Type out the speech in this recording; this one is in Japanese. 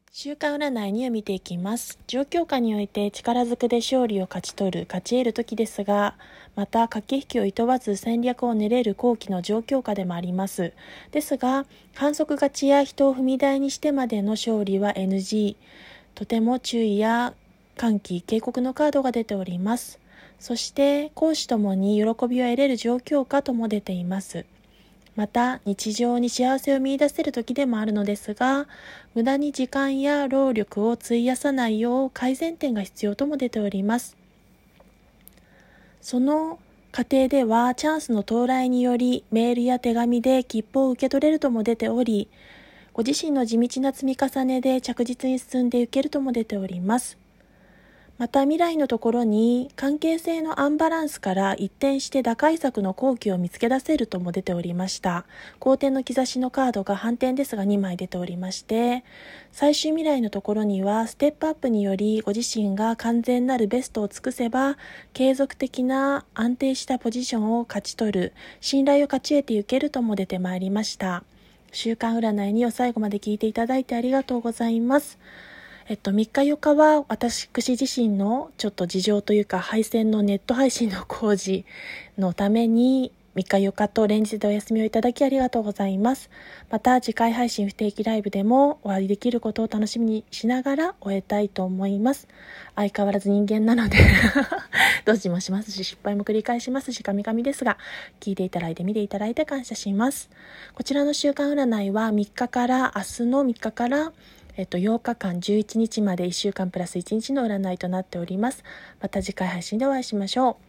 週間占い2を見ていきます。状況下において力ずくで勝利を勝ち取る、勝ち得る時ですが、また駆け引きを厭わず戦略を練れる好機の状況下でもあります。ですが、反則勝ちや人を踏み台にしてまでの勝利は NG。とても注意や喚起、警告のカードが出ております。そして、攻守ともに喜びを得れる状況下とも出ています。また日常に幸せを見出せる時でもあるのですが、無駄に時間や労力を費やさないよう改善点が必要とも出ております。その過程ではチャンスの到来によりメールや手紙で切符を受け取れるとも出ており、ご自身の地道な積み重ねで着実に進んでいけるとも出ております。また未来のところに関係性のアンバランスから一転して打開策の好機を見つけ出せるとも出ておりました。好転の兆しのカードが反転ですが2枚出ておりまして、最終未来のところにはステップアップによりご自身が完全なるベストを尽くせば継続的な安定したポジションを勝ち取る、信頼を勝ち得ていけるとも出てまいりました。週間占い2を最後まで聞いていただいてありがとうございます。3日4日は私自身のちょっと事情というか配線のネット配信の工事のために3日4日と連日でお休みをいただきありがとうございます。また次回配信不定期ライブでもお会いできることを楽しみにしながら終えたいと思います。相変わらず人間なのでどっちもしますし失敗も繰り返しますし神々ですが、聞いていただいて見ていただいて感謝します。こちらの週間占いは3日から明日の3日から8日間11日まで1週間プラス1日の占いとなっております。また次回配信でお会いしましょう。